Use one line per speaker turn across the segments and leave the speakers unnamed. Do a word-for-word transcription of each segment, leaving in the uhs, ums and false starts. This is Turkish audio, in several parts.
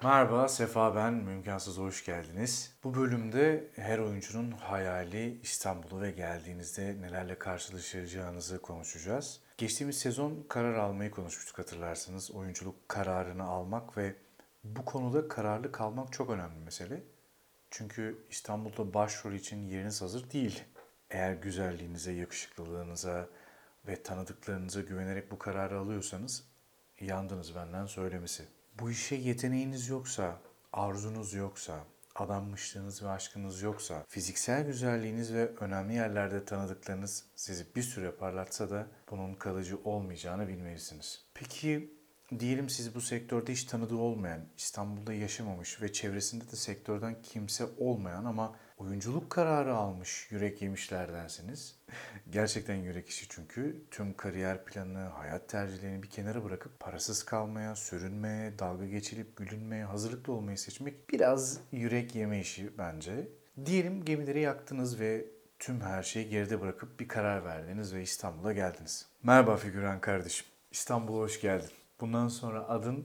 Merhaba, Sefa ben. Mümkansız'a hoş geldiniz. Bu bölümde her oyuncunun hayali İstanbul'a ve geldiğinizde nelerle karşılaşacağınızı konuşacağız. Geçtiğimiz sezon karar almayı konuşmuştuk hatırlarsanız. Oyunculuk kararını almak ve bu konuda kararlı kalmak çok önemli bir mesele. Çünkü İstanbul'da başrol için yeriniz hazır değil. Eğer güzelliğinize, yakışıklılığınıza ve tanıdıklarınıza güvenerek bu kararı alıyorsanız yandınız benden söylemesi. Bu işe yeteneğiniz yoksa, arzunuz yoksa, adanmışlığınız ve aşkınız yoksa, fiziksel güzelliğiniz ve önemli yerlerde tanıdıklarınız sizi bir süre parlatsa da bunun kalıcı olmayacağını bilmelisiniz. Peki diyelim siz bu sektörde hiç tanıdığı olmayan, İstanbul'da yaşamamış ve çevresinde de sektörden kimse olmayan ama oyunculuk kararı almış yürek yemişlerdensiniz. Gerçekten yürek işi çünkü tüm kariyer planını, hayat tercihlerini bir kenara bırakıp parasız kalmaya, sürünmeye, dalga geçilip gülünmeye, hazırlıklı olmayı seçmek biraz yürek yeme işi bence. Diyelim gemileri yaktınız ve tüm her şeyi geride bırakıp bir karar verdiniz ve İstanbul'a geldiniz. Merhaba figüran kardeşim. İstanbul'a hoş geldin. Bundan sonra adın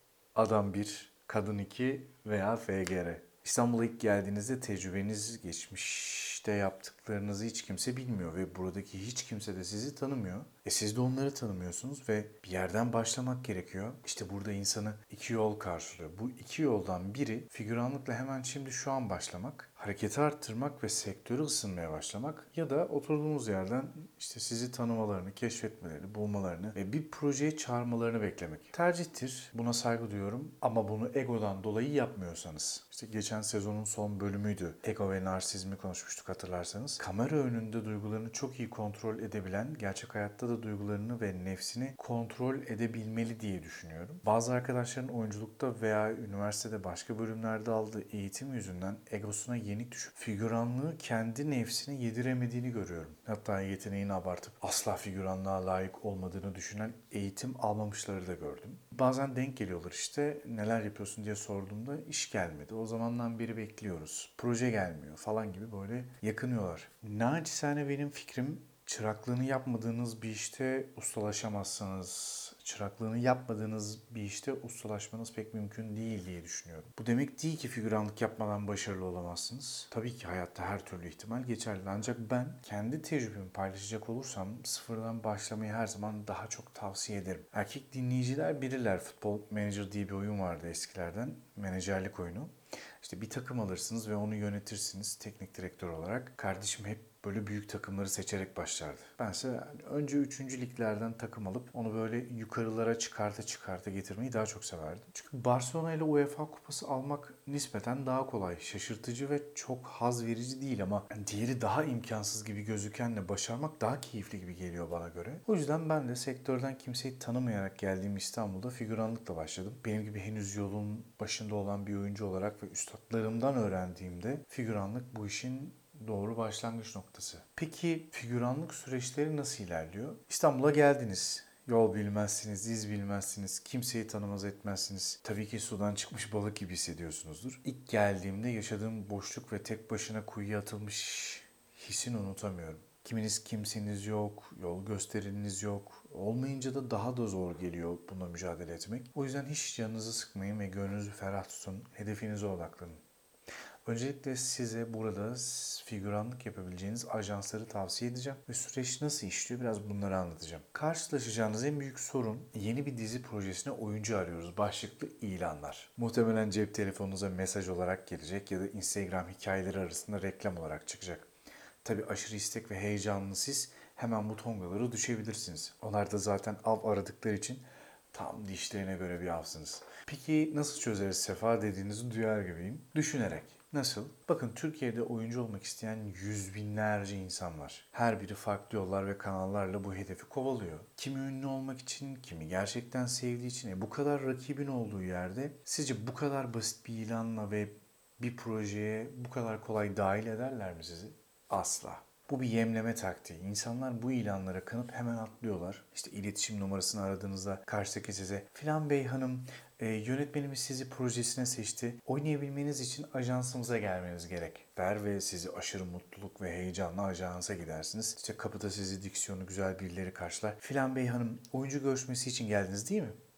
Adam bir, Kadın iki veya F G R. İstanbul'a ilk geldiğinizde tecrübeniz, geçmişte yaptıklarınızı hiç kimse bilmiyor ve buradaki hiç kimse de sizi tanımıyor. E siz de onları tanımıyorsunuz ve bir yerden başlamak gerekiyor. İşte burada insanı iki yol karşılıyor. Bu iki yoldan biri figüranlıkla hemen şimdi şu an başlamak, hareketi arttırmak ve sektörü ısınmaya başlamak ya da oturduğunuz yerden işte sizi tanımalarını, keşfetmelerini, bulmalarını ve bir projeye çağırmalarını beklemek. Tercihtir. Buna saygı duyuyorum ama bunu egodan dolayı yapmıyorsanız. İşte geçen sezonun son bölümüydü. Ego ve narsizmi konuşmuştuk hatırlarsanız. Kamera önünde duygularını çok iyi kontrol edebilen, gerçek hayatta da duygularını ve nefsini kontrol edebilmeli diye düşünüyorum. Bazı arkadaşların oyunculukta veya üniversitede başka bölümlerde aldığı eğitim yüzünden egosuna yenik düşüp figüranlığı kendi nefsine yediremediğini görüyorum. Hatta yeteneğini abartıp asla figüranlığa layık olmadığını düşünen eğitim almamışları da gördüm. Bazen denk geliyorlar işte neler yapıyorsun diye sorduğumda iş gelmedi. O zamandan beri bekliyoruz. Proje gelmiyor falan gibi böyle yakınıyorlar. Naçizane benim fikrim çıraklığını yapmadığınız bir işte ustalaşamazsınız. Çıraklığını yapmadığınız bir işte ustalaşmanız pek mümkün değil diye düşünüyorum. Bu demek değil ki figüranlık yapmadan başarılı olamazsınız. Tabii ki hayatta her türlü ihtimal geçerli. Ancak ben kendi tecrübemi paylaşacak olursam sıfırdan başlamayı her zaman daha çok tavsiye ederim. Erkek dinleyiciler bilirler, Futbol Manager diye bir oyun vardı eskilerden. Menajerlik oyunu. İşte bir takım alırsınız ve onu yönetirsiniz teknik direktör olarak. Kardeşim hep böyle büyük takımları seçerek başlardı. Bense önce üçüncü liglerden takım alıp onu böyle yukarılara çıkarta çıkarta getirmeyi daha çok severdim. Çünkü Barcelona ile UEFA kupası almak nispeten daha kolay. Şaşırtıcı ve çok haz verici değil ama diğeri daha imkansız gibi gözükenle başarmak daha keyifli gibi geliyor bana göre. O yüzden ben de sektörden kimseyi tanımayarak geldiğim İstanbul'da figüranlıkla başladım. Benim gibi henüz yolun başında olan bir oyuncu olarak ve üstadlarımdan öğrendiğimde figüranlık bu işin doğru başlangıç noktası. Peki figüranlık süreçleri nasıl ilerliyor? İstanbul'a geldiniz. Yol bilmezsiniz, iz bilmezsiniz, kimseyi tanımaz etmezsiniz. Tabii ki sudan çıkmış balık gibi hissediyorsunuzdur. İlk geldiğimde yaşadığım boşluk ve tek başına kuyuya atılmış hissini unutamıyorum. Kiminiz kimseniz yok, yol gösteriniz yok. Olmayınca da daha da zor geliyor bununla mücadele etmek. O yüzden hiç canınızı sıkmayın ve gönlünüzü ferah tutun. Hedefinize odaklanın. Öncelikle size burada figüranlık yapabileceğiniz ajansları tavsiye edeceğim ve süreç nasıl işliyor biraz bunları anlatacağım. Karşılaşacağınız en büyük sorun yeni bir dizi projesine oyuncu arıyoruz başlıklı ilanlar. Muhtemelen cep telefonunuza mesaj olarak gelecek ya da Instagram hikayeleri arasında reklam olarak çıkacak. Tabii aşırı istek ve heyecanlı siz hemen bu tongalara düşebilirsiniz. Onlar da zaten av aradıkları için tam dişlerine göre bir avsınız. Peki nasıl çözeriz Sefa dediğinizi duyar gibiyim. Düşünerek. Nasıl? Bakın Türkiye'de oyuncu olmak isteyen yüz binlerce insan var. Her biri farklı yollar ve kanallarla bu hedefi kovalıyor. Kimi ünlü olmak için, kimi gerçekten sevdiği için. E bu kadar rakibin olduğu yerde sizce bu kadar basit bir ilanla ve bir projeye bu kadar kolay dahil ederler mi sizi? Asla. Bu bir yemleme taktiği. İnsanlar bu ilanlara kanıp hemen atlıyorlar. İşte iletişim numarasını aradığınızda karşıdaki size filan bey hanım e, yönetmenimiz sizi projesine seçti. Oynayabilmeniz için ajansımıza gelmeniz gerek der ve sizi aşırı mutluluk ve heyecanla ajansa gidersiniz. İşte kapıda sizi diksiyonu güzel birileri karşılar. Filan bey hanım oyuncu görüşmesi için geldiniz değil mi?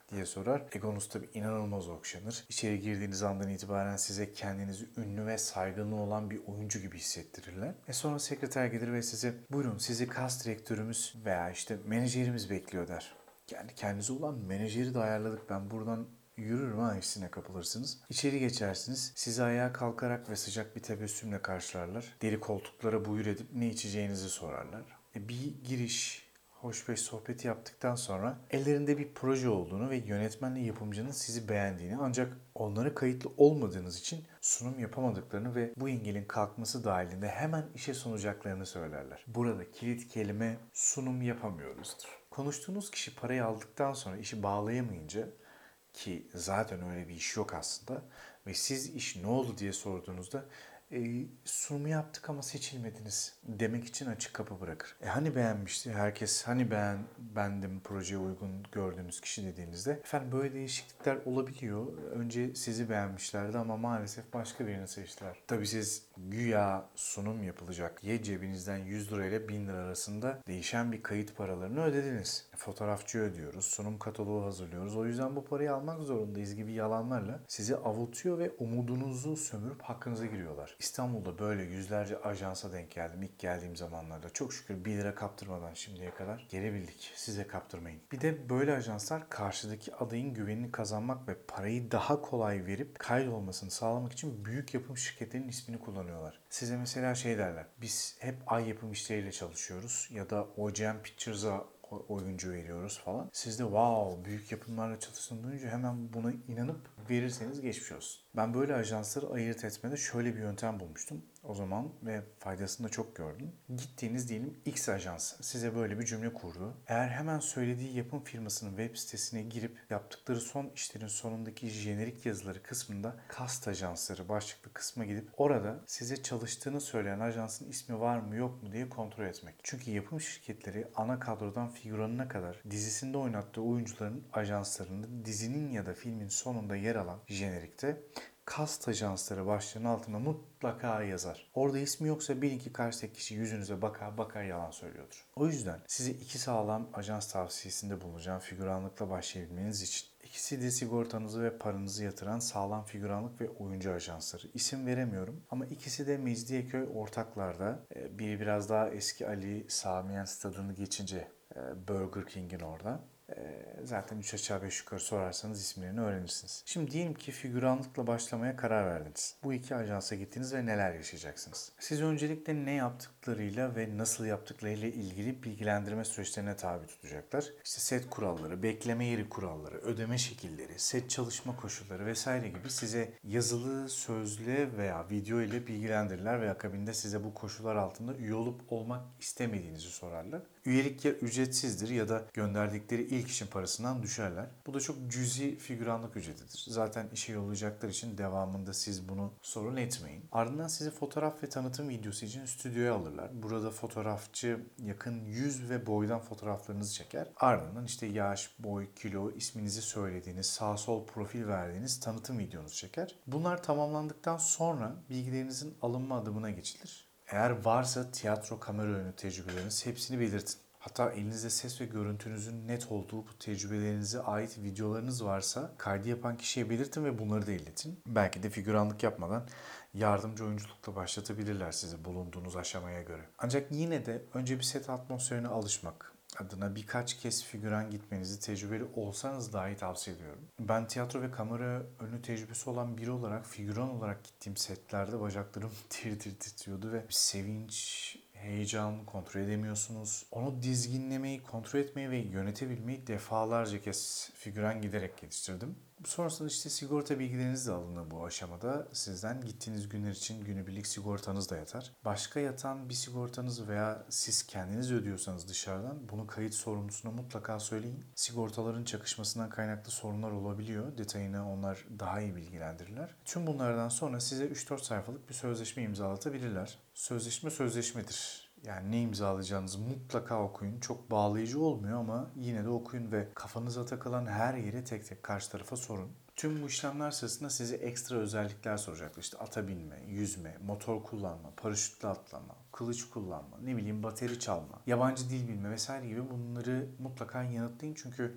diye sorar. Egonuz tabii inanılmaz okşanır. İçeri girdiğiniz andan itibaren size kendinizi ünlü ve saygınlığı olan bir oyuncu gibi hissettirirler. E sonra sekreter gelir ve size buyurun sizi kas direktörümüz veya işte menajerimiz bekliyor der. Yani kendinize olan menajeri de ayarladık, ben buradan yürürüm ha hissine kapılırsınız. İçeri geçersiniz. Sizi ayağa kalkarak ve sıcak bir tebessümle karşılarlar. Deri koltuklara buyur edip ne içeceğinizi sorarlar. E bir giriş, hoş beş sohbeti yaptıktan sonra ellerinde bir proje olduğunu ve yönetmenle yapımcının sizi beğendiğini, ancak onlara kayıtlı olmadığınız için sunum yapamadıklarını ve bu engelin kalkması dahilinde hemen işe sunacaklarını söylerler. Burada kilit kelime sunum yapamıyoruzdur. Konuştuğunuz kişi parayı aldıktan sonra işi bağlayamayınca, ki zaten öyle bir iş yok aslında, ve siz iş ne oldu diye sorduğunuzda e, sunumu yaptık ama seçilmediniz demek için açık kapı bırakır. E hani beğenmişti herkes, hani beğen, bendim projeye uygun gördüğünüz kişi dediğinizde, efendim böyle değişiklikler olabiliyor. Önce sizi beğenmişlerdi ama maalesef başka birini seçtiler. Tabii siz güya sunum yapılacak ya cebinizden yüz lira ile bin lira arasında değişen bir kayıt paralarını ödediniz. Fotoğrafçı ödüyoruz, sunum kataloğu hazırlıyoruz, o yüzden bu parayı almak zorundayız gibi yalanlarla sizi avutuyor ve umudunuzu sömürüp hakkınıza giriyorlar. İstanbul'da böyle yüzlerce ajansa denk geldim ilk geldiğim zamanlarda. Çok şükür bir lira kaptırmadan şimdiye kadar gelebildik. Size kaptırmayın. Bir de böyle ajanslar karşıdaki adayın güvenini kazanmak ve parayı daha kolay verip kaydolmasını sağlamak için büyük yapım şirketlerinin ismini kullanıyorlar. Size mesela şey derler. Biz hep Ay Yapım işleriyle çalışıyoruz ya da O G M Pictures'a oyuncu veriyoruz falan. Siz de wow büyük yapımlarla çalıştığını duyunca hemen buna inanıp verirseniz geçmiş olsun. Ben böyle ajansları ayırt etmede şöyle bir yöntem bulmuştum o zaman ve faydasını da çok gördüm. Gittiğiniz diyelim X ajans size böyle bir cümle kurdu. Eğer hemen söylediği yapım firmasının web sitesine girip yaptıkları son işlerin sonundaki jenerik yazıları kısmında kast ajansları başlıklı kısma gidip orada size çalıştığını söyleyen ajansın ismi var mı yok mu diye kontrol etmek. Çünkü yapım şirketleri ana kadrodan figüranına kadar dizisinde oynattığı oyuncuların ajanslarında dizinin ya da filmin sonunda yer alan jenerikte kast ajansları başlığının altına mutlaka yazar. Orada ismi yoksa bilin ki karşıdaki kişi yüzünüze bakar bakar yalan söylüyordur. O yüzden size iki sağlam ajans tavsiyesinde bulunacağım figüranlıkla başlayabilmeniz için. İkisi de sigortanızı ve paranızı yatıran sağlam figüranlık ve oyuncu ajansları. İsim veremiyorum ama ikisi de Mecidiyeköy ortaklarda. Biri biraz daha eski Ali Samiyen stadını geçince Burger King'in orada. Zaten üç aşağı beş yukarı sorarsanız isimlerini öğrenirsiniz. Şimdi diyelim ki figüranlıkla başlamaya karar verdiniz. Bu iki ajansa gittiniz ve neler yaşayacaksınız? Siz öncelikle ne yaptıklarıyla ve nasıl yaptıklarıyla ilgili bilgilendirme süreçlerine tabi tutacaklar. İşte set kuralları, bekleme yeri kuralları, ödeme şekilleri, set çalışma koşulları vesaire gibi size yazılı, sözlü veya video ile bilgilendirirler ve akabinde size bu koşullar altında üye olup olmak istemediğinizi sorarlar. Üyelik ya ücretsizdir ya da gönderdikleri ilk işin parasından düşerler. Bu da çok cüzi figüranlık ücretidir. Zaten işe yollayacaklar için devamında siz bunu sorun etmeyin. Ardından sizi fotoğraf ve tanıtım videosu için stüdyoya alırlar. Burada fotoğrafçı yakın yüz ve boydan fotoğraflarınızı çeker. Ardından işte yaş, boy, kilo, isminizi söylediğiniz, sağ sol profil verdiğiniz tanıtım videonuzu çeker. Bunlar tamamlandıktan sonra bilgilerinizin alınma adımına geçilir. Eğer varsa tiyatro, kamera önü tecrübeleriniz hepsini belirtin. Hatta elinizde ses ve görüntünüzün net olduğu bu tecrübelerinize ait videolarınız varsa kaydı yapan kişiye belirtin ve bunları da iletin. Belki de figüranlık yapmadan yardımcı oyunculukla başlatabilirler sizi bulunduğunuz aşamaya göre. Ancak yine de önce bir set atmosferine alışmak adına birkaç kez figüran gitmenizi tecrübeli olsanız dahi tavsiye ediyorum. Ben tiyatro ve kamera önü tecrübesi olan biri olarak figüran olarak gittiğim setlerde bacaklarım tir tir titriyordu ve sevinç, heyecan kontrol edemiyorsunuz. Onu dizginlemeyi, kontrol etmeyi ve yönetebilmeyi defalarca kez figüran giderek geliştirdim. Sonrasında işte sigorta bilgileriniz de alınır bu aşamada. Sizden gittiğiniz günler için günübirlik sigortanız da yatar. Başka yatan bir sigortanız veya siz kendiniz ödüyorsanız dışarıdan bunu kayıt sorumlusuna mutlaka söyleyin. Sigortaların çakışmasından kaynaklı sorunlar olabiliyor. Detayını onlar daha iyi bilgilendirirler. Tüm bunlardan sonra size üç dört sayfalık bir sözleşme imzalatabilirler. Sözleşme sözleşmedir. Yani ne imzalayacağınızı mutlaka okuyun. Çok bağlayıcı olmuyor ama yine de okuyun ve kafanıza takılan her yere tek tek karşı tarafa sorun. Tüm bu işlemler sırasında size ekstra özellikler soracaklar. İşte ata binme, yüzme, motor kullanma, paraşütle atlama, kılıç kullanma, ne bileyim bateri çalma, yabancı dil bilme vesaire gibi bunları mutlaka yanıtlayın. Çünkü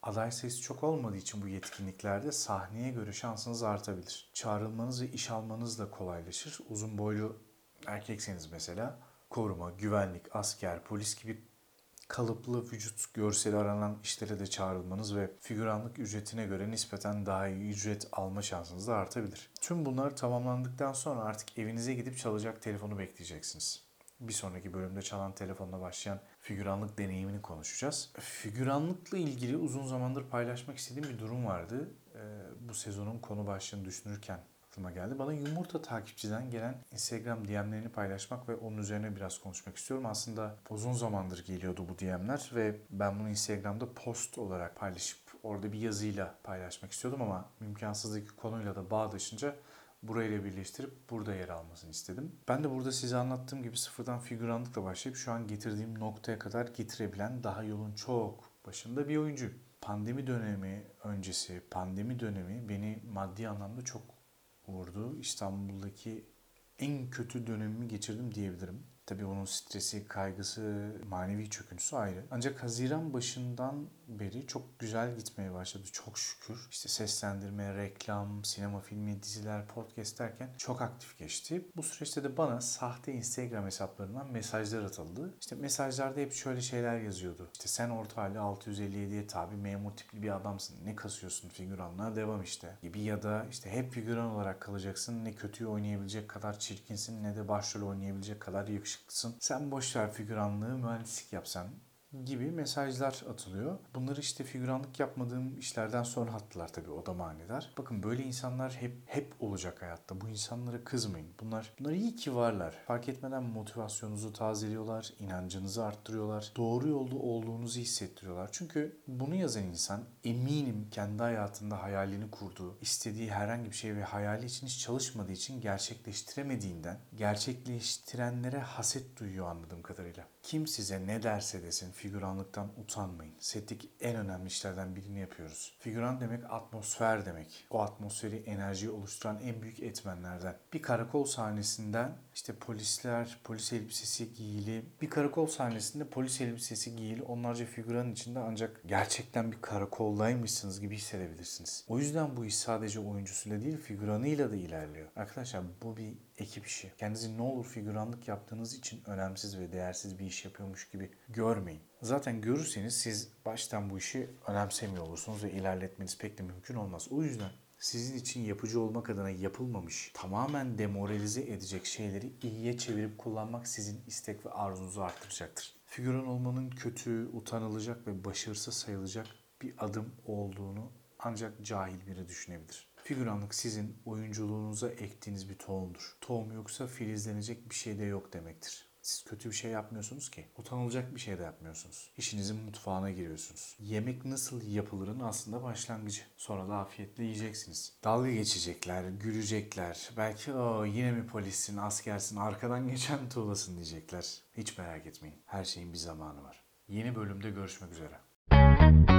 Aday sayısı çok olmadığı için bu yetkinliklerde sahneye göre şansınız artabilir. Çağrılmanız ve iş almanız da kolaylaşır. Uzun boylu erkekseniz mesela koruma, güvenlik, asker, polis gibi kalıplı vücut görseli aranan işlere de çağrılmanız ve figüranlık ücretine göre nispeten daha iyi ücret alma şansınız da artabilir. Tüm bunlar tamamlandıktan sonra artık evinize gidip çalacak telefonu bekleyeceksiniz. Bir sonraki bölümde çalan telefonla başlayan figüranlık deneyimini konuşacağız. Figüranlıkla ilgili uzun zamandır paylaşmak istediğim bir durum vardı. Ee, bu sezonun konu başlığını düşünürken aklıma geldi. Bana Yumurta takipçiden gelen Instagram D M'lerini paylaşmak ve onun üzerine biraz konuşmak istiyorum. Aslında uzun zamandır geliyordu bu D M'ler ve ben bunu Instagram'da post olarak paylaşıp orada bir yazıyla paylaşmak istiyordum ama imkansızdaki konuyla da bağdaşınca burayla birleştirip burada yer almasını istedim. Ben de burada size anlattığım gibi sıfırdan figüranlıkla başlayıp şu an getirdiğim noktaya kadar getirebilen, daha yolun çok başında bir oyuncu. Pandemi dönemi öncesi, pandemi dönemi beni maddi anlamda çok vurdu. İstanbul'daki en kötü dönemimi geçirdim diyebilirim. Tabii onun stresi, kaygısı, manevi çöküntüsü ayrı. Ancak Haziran başından beri çok güzel gitmeye başladı. Çok şükür. İşte seslendirme, reklam, sinema filmi, diziler, podcast derken çok aktif geçti. Bu süreçte de bana sahte Instagram hesaplarından mesajlar atıldı. İşte mesajlarda hep şöyle şeyler yazıyordu. İşte sen orta halli altı yüz elli yediye tabi memur tipli bir adamsın. Ne kasıyorsun figüranlığa devam işte. Gibi ya da işte hep figüran olarak kalacaksın. Ne kötüyü oynayabilecek kadar çirkinsin ne de başrol oynayabilecek kadar yakışıklısın. Sen boş ver figüranlığı, mühendislik yapsan gibi mesajlar atılıyor. Bunları işte figüranlık yapmadığım işlerden sonra attılar tabii, o da manidar. Bakın böyle insanlar hep hep olacak hayatta. Bu insanlara kızmayın. Bunlar bunlar iyi ki varlar. Fark etmeden motivasyonunuzu tazeliyorlar, inancınızı arttırıyorlar. Doğru yolda olduğunuzu hissettiriyorlar. Çünkü bunu yazan insan eminim kendi hayatında hayalini kurduğu, istediği herhangi bir şey ve hayali için hiç çalışmadığı için gerçekleştiremediğinden gerçekleştirenlere haset duyuyor anladığım kadarıyla. Kim size ne derse desin figüranlıktan utanmayın. Setteki en önemli işlerden birini yapıyoruz. Figüran demek atmosfer demek. O atmosferi, enerjiyi oluşturan en büyük etmenlerden. Bir karakol sahnesinden işte polisler, polis elbisesi giyili, bir karakol sahnesinde polis elbisesi giyili onlarca figüranın içinde ancak gerçekten bir karakoldaymışsınız gibi hissedebilirsiniz. O yüzden bu iş sadece oyuncusuyla değil figüranıyla da ilerliyor. Arkadaşlar bu bir ekip işi. Kendinizi ne olur figüranlık yaptığınız için önemsiz ve değersiz bir iş yapıyormuş gibi görmeyin. Zaten görürseniz siz baştan bu işi önemsemiyor olursunuz ve ilerletmeniz pek de mümkün olmaz. O yüzden sizin için yapıcı olmak adına yapılmamış, tamamen demoralize edecek şeyleri iyiye çevirip kullanmak sizin istek ve arzunuzu arttıracaktır. Figüran olmanın kötü, utanılacak ve başarısız sayılacak bir adım olduğunu ancak cahil biri düşünebilir. Figüranlık sizin oyunculuğunuza ektiğiniz bir tohumdur. Tohum yoksa filizlenecek bir şey de yok demektir. Siz kötü bir şey yapmıyorsunuz ki. Utanılacak bir şey de yapmıyorsunuz. İşinizin mutfağına giriyorsunuz. Yemek nasıl yapılırın aslında başlangıcı. Sonra da afiyetle yiyeceksiniz. Dalga geçecekler, gülecekler. Belki o yine mi polissin, askersin, arkadan geçen tuğlasın diyecekler. Hiç merak etmeyin. Her şeyin bir zamanı var. Yeni bölümde görüşmek üzere.